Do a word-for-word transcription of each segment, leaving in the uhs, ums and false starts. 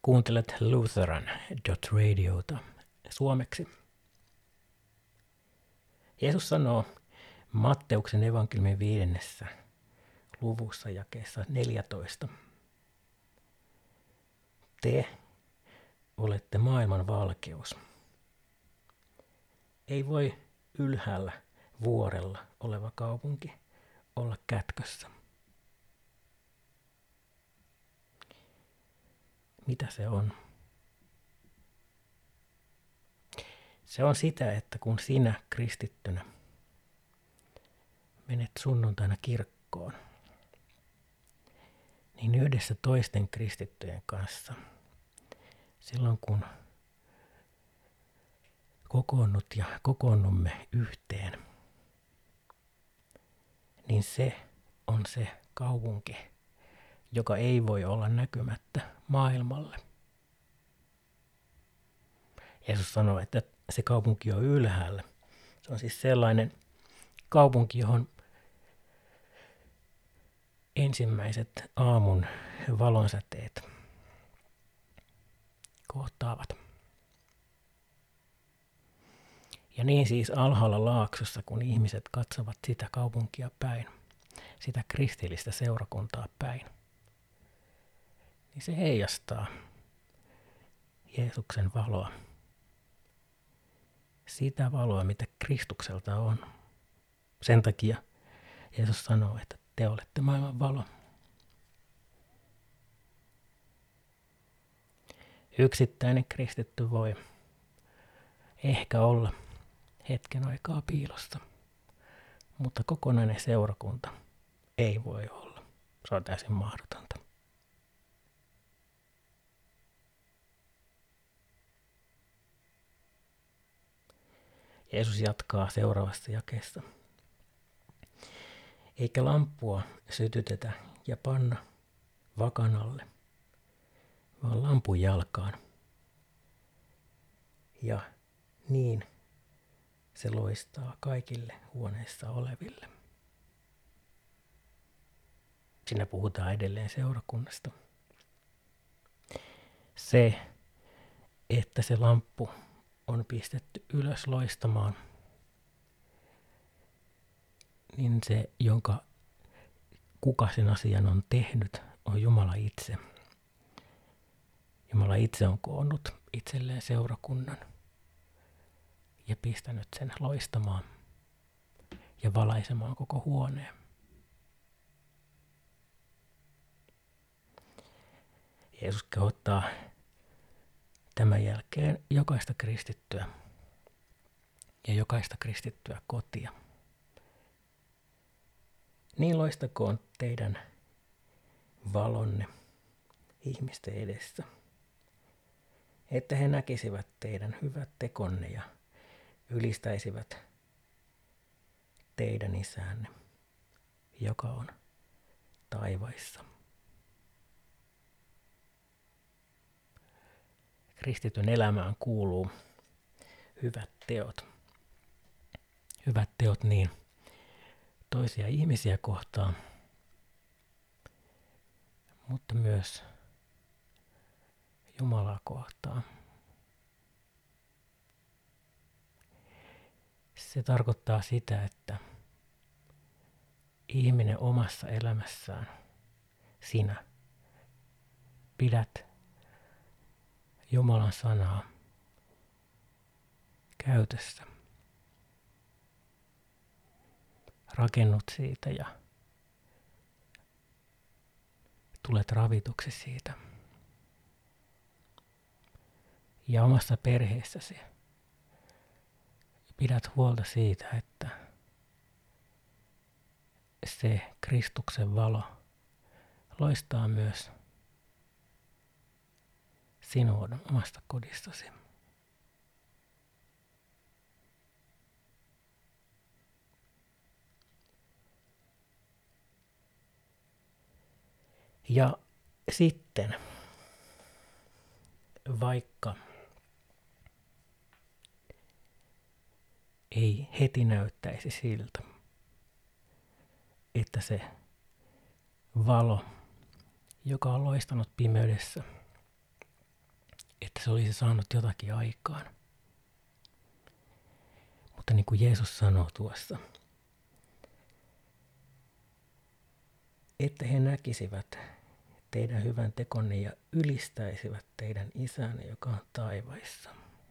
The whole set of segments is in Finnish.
Kuuntelet Lutheran dot radiota suomeksi. Jeesus sanoo Matteuksen evankeliumin viidennessä luvussa jakeessa neljätoista. Te olette maailman valkeus. Ei voi ylhäällä vuorella oleva kaupunki olla kätkössä. Mitä se on? Se on sitä, että kun sinä kristittynä menet sunnuntaina kirkkoon, niin yhdessä toisten kristittyjen kanssa, silloin kun kokoonnut ja kokoonnumme yhteen, niin se on se kaupunki, joka ei voi olla näkymättä maailmalle. Jeesus sanoo, että se kaupunki on ylhäällä. Se on siis sellainen kaupunki, johon ensimmäiset aamun valonsäteet kohtaavat. Ja niin siis alhaalla laaksossa, kun ihmiset katsovat sitä kaupunkia päin, sitä kristillistä seurakuntaa päin, niin se heijastaa Jeesuksen valoa. Sitä valoa, mitä Kristukselta on. Sen takia Jeesus sanoo, että te olette maailman valo. Yksittäinen kristitty voi ehkä olla hetken aikaa piilossa, mutta kokonainen seurakunta ei voi olla. Se on täysin mahdotonta. Jeesus jatkaa seuraavassa jakeessa. Eikä lamppua sytytetä ja panna vakanalle, vaan lampun jalkaan. Ja niin se loistaa kaikille huoneessa oleville. Siinä puhutaan edelleen seurakunnasta. Se, että se lamppu on pistetty ylös loistamaan, niin se, jonka kuka sen asian on tehnyt, on Jumala itse. Jumala itse on koonnut itselleen seurakunnan ja pistänyt sen loistamaan ja valaisemaan koko huoneen. Jeesus kehottaa tämän jälkeen jokaista kristittyä ja jokaista kristittyä kotia. Niin loistakoon teidän valonne ihmisten edessä, että he näkisivät teidän hyvät tekonne ja ylistäisivät teidän isänne, joka on taivaissa. Kristityn elämään kuuluu hyvät teot. Hyvät teot niin toisia ihmisiä kohtaan, mutta myös Jumalaa kohtaan. Se tarkoittaa sitä, että ihminen omassa elämässään, sinä, pidät Jumalan sanaa käytössä. Rakennut siitä ja tulet ravituksi siitä. Ja omassa perheessäsi pidät huolta siitä, että se Kristuksen valo loistaa myös sinun omasta kodistasi. Ja sitten, vaikka ei heti näyttäisi siltä, että se valo, joka on loistanut pimeydessä, se olisi saanut jotakin aikaan. Mutta niin kuin Jeesus sanoo tuossa, että he näkisivät teidän hyvän tekonne ja ylistäisivät teidän isänne, joka on taivaissa.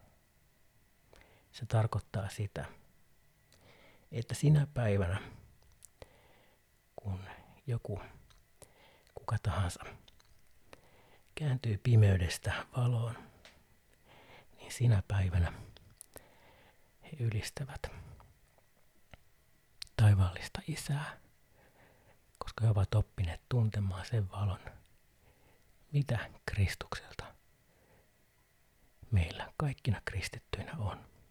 Se tarkoittaa sitä, että sinä päivänä, kun joku, kuka tahansa, kääntyy pimeydestä valoon, niin sinä päivänä he ylistävät taivaallista Isää, koska he ovat oppineet tuntemaan sen valon, mitä Kristukselta meillä kaikkina kristittyinä on.